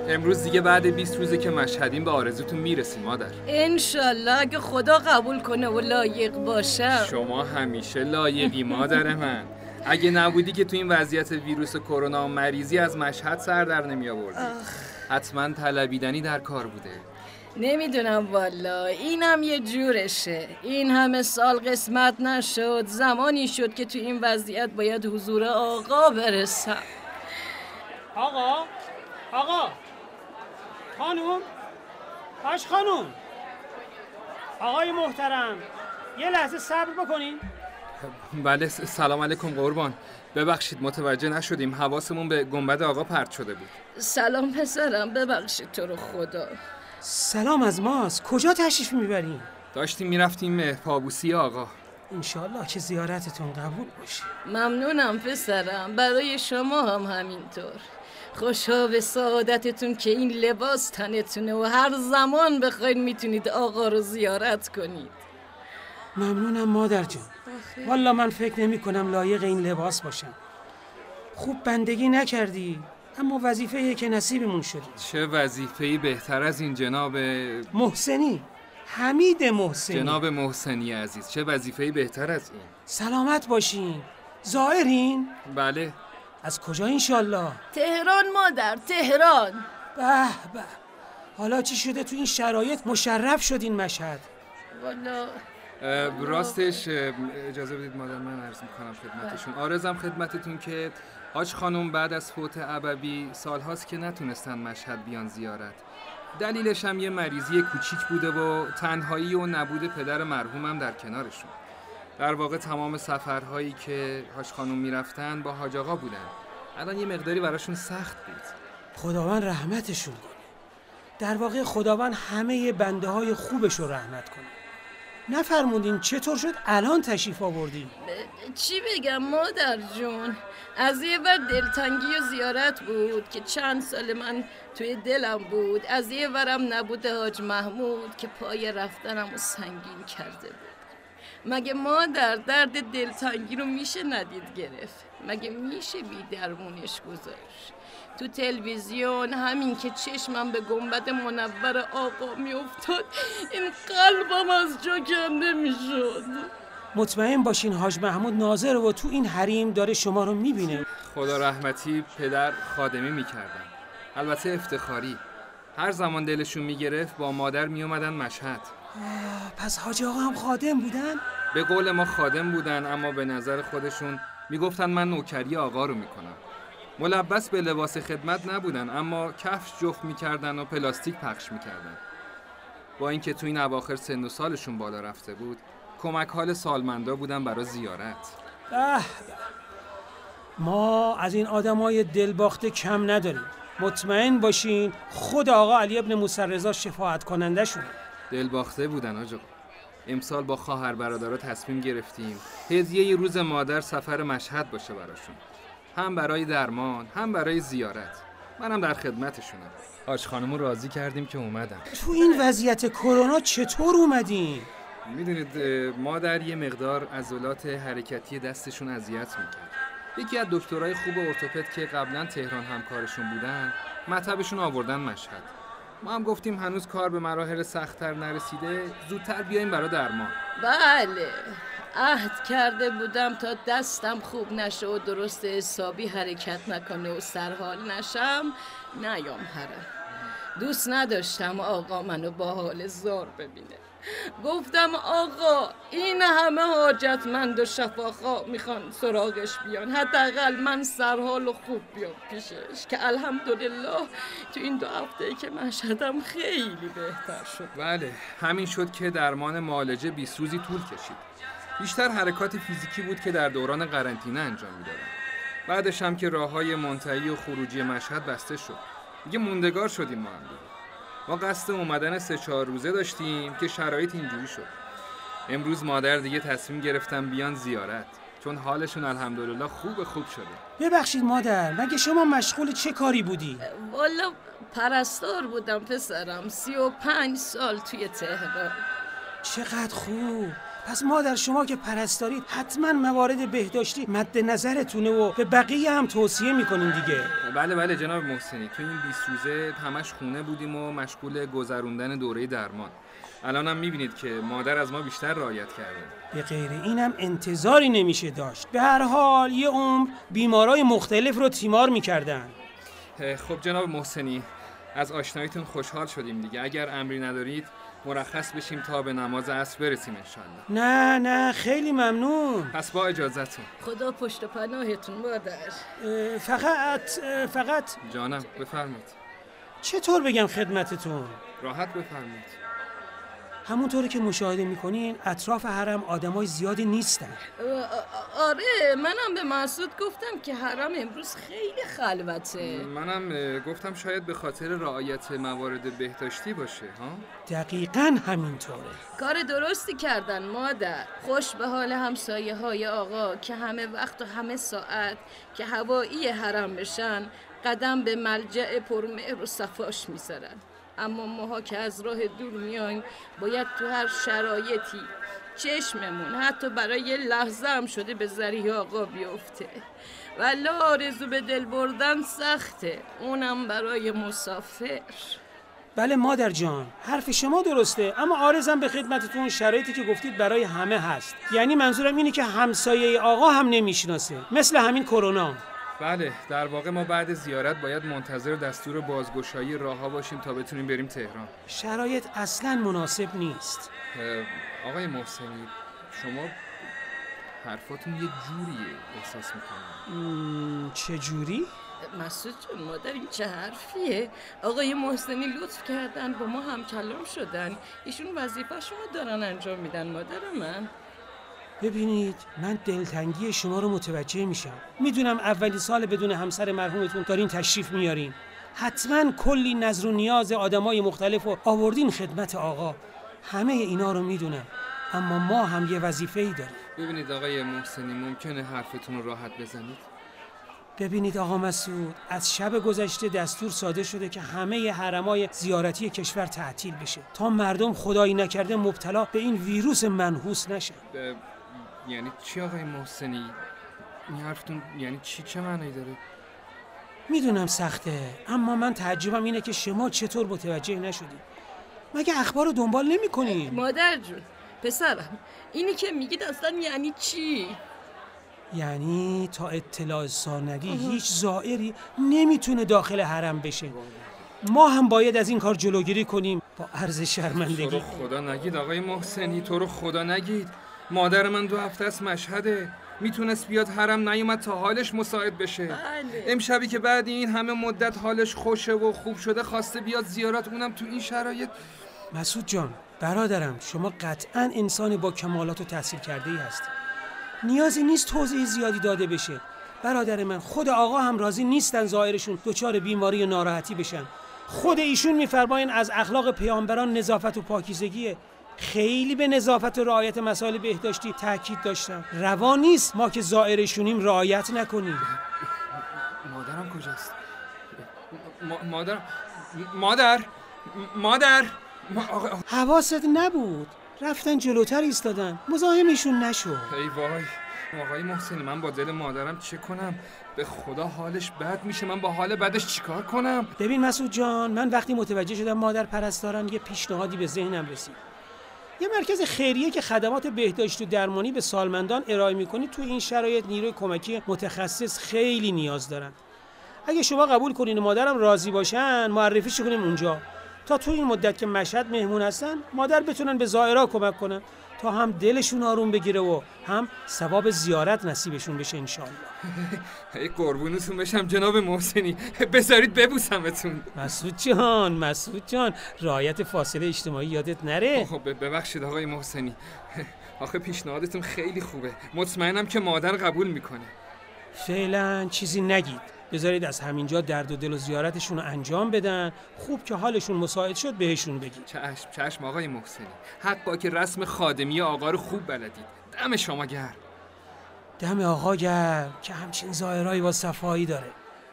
امروز دیگه بعد 20 روزه که مشهدیم به آرزوتون میرسیم مادر. انشالله اگه خدا قبول کنه و لایق باشم. شما همیشه لایقی مادر من. اگه نبودی که تو این وضعیت ویروس کرونا و مریضی از مشهد سر در نمی آوردی. حتما طلبیدنی در کار بوده. نمیدونم والا، اینم یه جورشه. این همه سال قسمت نشد، زمانی شد که تو این وضعیت باید حضور آقا برسم. آقا خانوم، باش خانوم، آقای محترم یه لحظه صبر بکنین. بله سلام علیکم قربان. ببخشید متوجه نشدیم، حواسمون به گنبد آقا پرت شده بود. سلام پسرم، ببخشید تو رو خدا. سلام از ماست. کجا تشریف میبریم؟ داشتیم میرفتیم پابوسی آقا. انشالله که زیارتتون قبول باشه. ممنونم پسرم، برای شما هم همینطور. خوشا به سعادتتون که این لباس تنتونه و هر زمان بخواید میتونید آقا رو زیارت کنید. ممنونم مادر جان. والا من فکر نمی کنم لایق این لباس باشم. خوب بندگی نکردی، اما وظیفه‌ایه که نصیبمون شد. چه وظیفه‌ای بهتر از این جناب محسنی، حمید محسنی. جناب محسنی عزیز، چه وظیفه‌ای بهتر از این؟ سلامت باشین. زائرین؟ بله. از کجا انشالله؟ تهران مادر، تهران. به به، حالا چی شده تو این شرایط مشرف شدین مشهد؟ والا راستش اجازه بدید مادر من عرض میکنم خدمتشون. عارضم خدمتتون که حاج خانم بعد از فوت ابوی سالهاست که نتونستن مشهد بیان زیارت. دلیلش هم یه مریضی کوچیک بوده و تنهایی و نبود پدر مرحومم در کنارشون. در واقع تمام سفرهایی که حاج خانم میرفتن با حاج آقا بودن. الان یه مقداری براشون سخت بود. خداوند رحمتشون کنه. در واقع خداوند همه بنده های خوبش رو رحمت کنه. نفرمودین چطور شد الان تشریف آوردین؟ چی بگم مادر جون، از یه ور دلتنگی و زیارت بود که چند سال من توی دلم بود، از یه ورم نبود حاج محمود که پای رفتنم رو سنگین کرده بود. مگه مادر درد دلتنگی رو میشه ندید گرفت؟ مگه میشه بی درمونش گذاشت؟ تو تلویزیون همین که چشمم به گنبد منور آقا میافتاد این قلبم از جا کنده میشد. مطمئن باشین حاج محمود ناظر و تو این حریم داره شما رو میبینه. خدا رحمتی پدر خادمی میکردن، البته افتخاری. هر زمان دلشون میگرفت با مادر میومدن مشهد. پس حاج آقا هم خادم بودن؟ به قول ما خادم بودن، اما به نظر خودشون میگفتن من نوکری آقا رو میکنم. ملبس به لباس خدمت نبودن، اما کفش جفت میکردن و پلاستیک پخش میکردن. با اینکه تو این اواخر سن و سالشون بالا رفته بود، کمک حال سالمندا بودن برای زیارت. ما از این آدمای دلباخته کم نداریم. مطمئن باشین خود آقا علی ابن موسی رضا شفاعت کننده شونه. دلباخته بودن آقا. امسال با خواهر برادرها تصمیم گرفتیم هدیه یه روز مادر سفر مشهد باشه براشون، هم برای درمان هم برای زیارت. منم در خدمتشونم. حاج خانمو راضی کردیم که اومدن. تو این وضعیت کرونا چطور اومدین؟ میدونید مادر یه مقدار عضلات حرکتی دستشون اذیت میکرد. یکی از دکترای خوب ارتوپد که قبلا تهران همکارشون بودن مطبشون آوردن مشهد. ما هم گفتیم هنوز کار به مراحل سخت‌تر نرسیده، زودتر بیایم برای درمان. بله، عهد کرده بودم تا دستم خوب نشه و درست حسابی حرکت نکنه و سرحال نشم نیام هرم. دوست نداشتم آقا منو با حال زار ببینه. گفتم آقا این همه حاجتمند و شفاخواه میخوان سراغش بیان، حداقل من سرحال و خوب بیام پیشش، که الحمدلله تو این 2 هفته که مشهدم خیلی بهتر شد. بله، همین شد که درمان معالجه 20 روزی طول کشید. بیشتر حرکات فیزیکی بود که در دوران قرنطینه انجام میدادم. بعدش هم که راههای منتهی و خروجی مشهد بسته شد، دیگه موندگار شدیم ما هم دیگه. ما قصد اومدن 3-4 روزه داشتیم که شرایط اینجوری شد. امروز مادر دیگه تصمیم گرفتن بیان زیارت، چون حالشون الحمدلله خوب شده. ببخشید مادر، مگه شما مشغول چه کاری بودی؟ والا پرستار بودم پسرم، 35 سال توی تهران. چقدر خوب. پس مادر شما که پرستارید حتما موارد بهداشتی مد نظرتونه و به بقیه هم توصیه میکنین دیگه. بله جناب محسنی، تو این 20 روزه همش خونه بودیم و مشغول گذروندن دوره درمان. الانم میبینید که مادر از ما بیشتر رعایت کرده. به غیر اینم انتظاری نمیشه داشت. به هر حال یه عمر بیمارای مختلف رو تیمار میکردن. خب جناب محسنی، از آشناییتون خوشحال شدیم دیگه. اگر امری ندارید مرخص بشیم تا به نماز عصر برسیم انشالله. نه خیلی ممنون. پس با اجازتون. خدا پشت و پناهتون مادر. فقط جانم بفرمایید. چطور بگم خدمتتون؟ راحت بفرمایید. همونطوری که مشاهده میکنین اطراف حرم آدمای زیادی نیستن. آره، منم به مسعود گفتم که حرم امروز خیلی خلوته. منم گفتم شاید به خاطر رعایت موارد بهداشتی باشه ها؟ دقیقاً همینطوره. کار درستی کردن مادر. خوش به حال همسایه های آقا که همه وقت و همه ساعت که هوایی حرم بشن قدم به ملجأ پرمهر و صفاش میذارن. اما ماها که از راه دور میایم باید تو هر شرایطی چشممون حتی برای یه لحظه هم شده به ذریح آقا بیفته. ولی آرزو به دل بردن سخته، اونم برای مسافر. بله مادر جان، حرف شما درسته، اما عارضم به خدمتتون شرایطی که گفتید برای همه هست. یعنی منظورم اینه که همسایه آقا هم نمیشناسه، مثل همین کرونا. بله، در واقع ما بعد زیارت باید منتظر دستور بازگشایی راه‌ها باشیم تا بتونیم بریم تهران. شرایط اصلاً مناسب نیست. آقای محسنی، شما حرفاتون یه جوریه احساس میکنم. چه جوری؟ مسعود جون مادر این چه حرفیه؟ آقای محسنی لطف کردن با ما هم کلام شدن. ایشون وظیفه‌شون رو دارن انجام میدن مادر من. ببینید، من دلتنگی شما رو متوجه میشم. میدونم اولی سال بدون همسر مرحومتون دارین تشریف میارین. حتما کلی نظر و نیاز آدمای مختلف رو آوردین خدمت آقا. همه اینا رو میدونم، اما ما هم یه وظیفه‌ای داریم. ببینید آقای محسنی، ممکنه حرفتون رو راحت بزنید؟ ببینید آقا مسعود، از شب گذشته دستور صادر شده که همه حرمای زیارتی کشور تعطیل بشه تا مردم خدایی نکرده مبتلا به این ویروس منحوس نشن. یعنی چی آقای محسنی؟ این حرفتون یعنی چه معنی داره؟ میدونم سخته، اما من تعجبم اینه که شما چطور متوجه نشدید. مگه اخبار رو دنبال نمی‌کنید؟ مادر جون، پسرم، اینی که میگید اصلا یعنی چی؟ یعنی تا اطلاع ثانوی هیچ زائری نمیتونه داخل حرم بشه. ما هم باید از این کار جلوگیری کنیم با عرض شرمندگی. تو رو خدا نگید آقای محسنی، تو رو خدا نگید. مادر من 2 هفته از مشهده، میتونست بیاد حرم، نیومد تا حالش مساعد بشه. بله. امشبی که بعد این همه مدت حالش خوشه و خوب شده خواسته بیاد زیارت، اونم تو این شرایط. مسعود جان، برادرم، شما قطعاً انسان با کمالات و تحصیل کرده‌ای هستی. نیازی نیست توضیح زیادی داده بشه. برادر من، خود آقا هم راضی نیستن زائرشون دچار بیماری و ناراحتی بشن. خود ایشون میفرماین از اخلاق پیامبران نظافت و پاکیزگیه. خیلی به نظافت و رعایت مسائل بهداشتی تاکید داشتم. روا نیست ما که زائرشونیم رعایت نکنیم. مادرم کجاست؟ مادر حواست نبود، رفتن جلوتر ایستادن، مزاحمشون نشو. ای وای آقای محسنی، من با دل مادرم چه کنم؟ به خدا حالش بد میشه، من با حال بدش چیکار کنم؟ ببین مسعود جان، من وقتی متوجه شدم مادر پرستارن یه پیشنهادی به ذهنم رسید. یه مرکز خیریه که خدمات بهداشتی و درمانی به سالمندان ارائه میکنی. تو این شرایط نیروی کمکی متخصص خیلی نیاز دارن. اگه شما قبول کنین و مادرم راضی باشن، معرفیش کنیم اونجا تا تو این مدت که مشهد مهمون هستن مادر بتونن به زائرها کمک کنن تا هم دلشون آروم بگیره و هم ثواب زیارت نصیبشون بشه انشالله. ای قربونتون بشم جناب محسنی، بذارید ببوسمتون. مسعود جان، رعایت فاصله اجتماعی یادت نره. ببخشید آقای محسنی، آخه پیشنهادتون خیلی خوبه، مطمئنم که مادر قبول میکنه. فعلا چیزی نگید، بذارید از همینجا درد و دل و زیارتشون رو انجام بدن. خوب که حالشون مساعد شد بهشون بگید. چشم آقای محسنی، حقا که رسم خادمی آقا رو خوب بلدید. دم شما گرم. دم آقا گرم که همچین ظاهرایی با صفایی داره.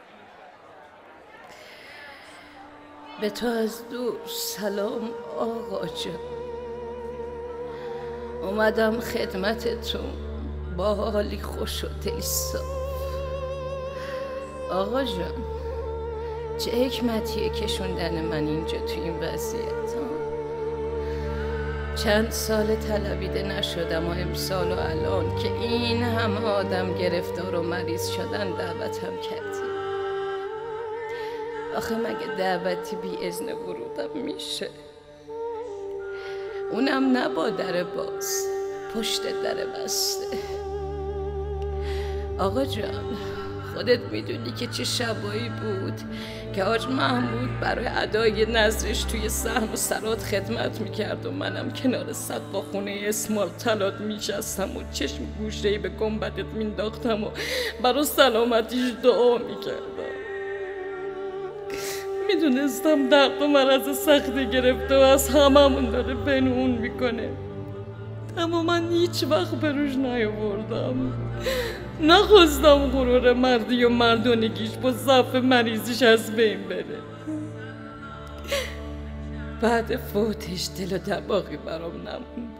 به تو از دور سلام آقا جان. اومدم خدمتتون با حالی خوش و دلی صاف. آقا جان، چه حکمتیه کشوندن من اینجا تو این وضعیت ها؟ چند سال طلبیده نشدم و امسال و الان که این همه آدم گرفتار و مریض شدن دعوتم کردی. آخه مگه دعوتی بی اذن ورودم میشه؟ اونم نه با در باز، پشت در بسته. آقا جان، خودت میدونی که چه شبایی بود که حاج محمود برای ادای نذرش توی صحن و سرات خدمت میکرد و منم کنار سقا خونه اسمال طلات میشستم و چشم گوشه‌ای به گنبدت مینداختم و برای سلامتیش دعا میکردم. میدونستم درد و مرض سختی گرفته و از هممون داره پنهون میکنه، اما من هیچ وقت بروش نیاوردم. نخواستم غرور مردی و مردانگیش با ضعف مریضیش از بین بره. بعد فوتش دل و دماغی برام نمونده.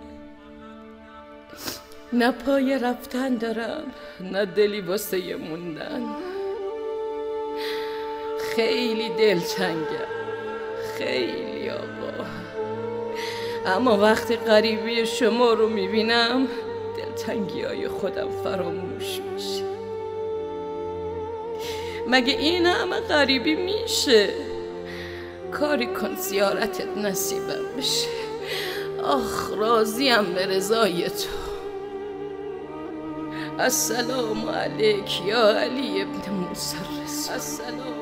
نه پای رفتن دارم، نه دلی واسه موندن. خیلی دلتنگم، خیلی آقا. اما وقتی غریبی شما رو میبینم دلتنگی های خودم فراموش میشه. مگه این همه غریبی میشه؟ کاری کن زیارتت نصیبم بشه. آخ راضیم به رضای تو. السلام علیک یا علی ابن موسی الرسول. السلام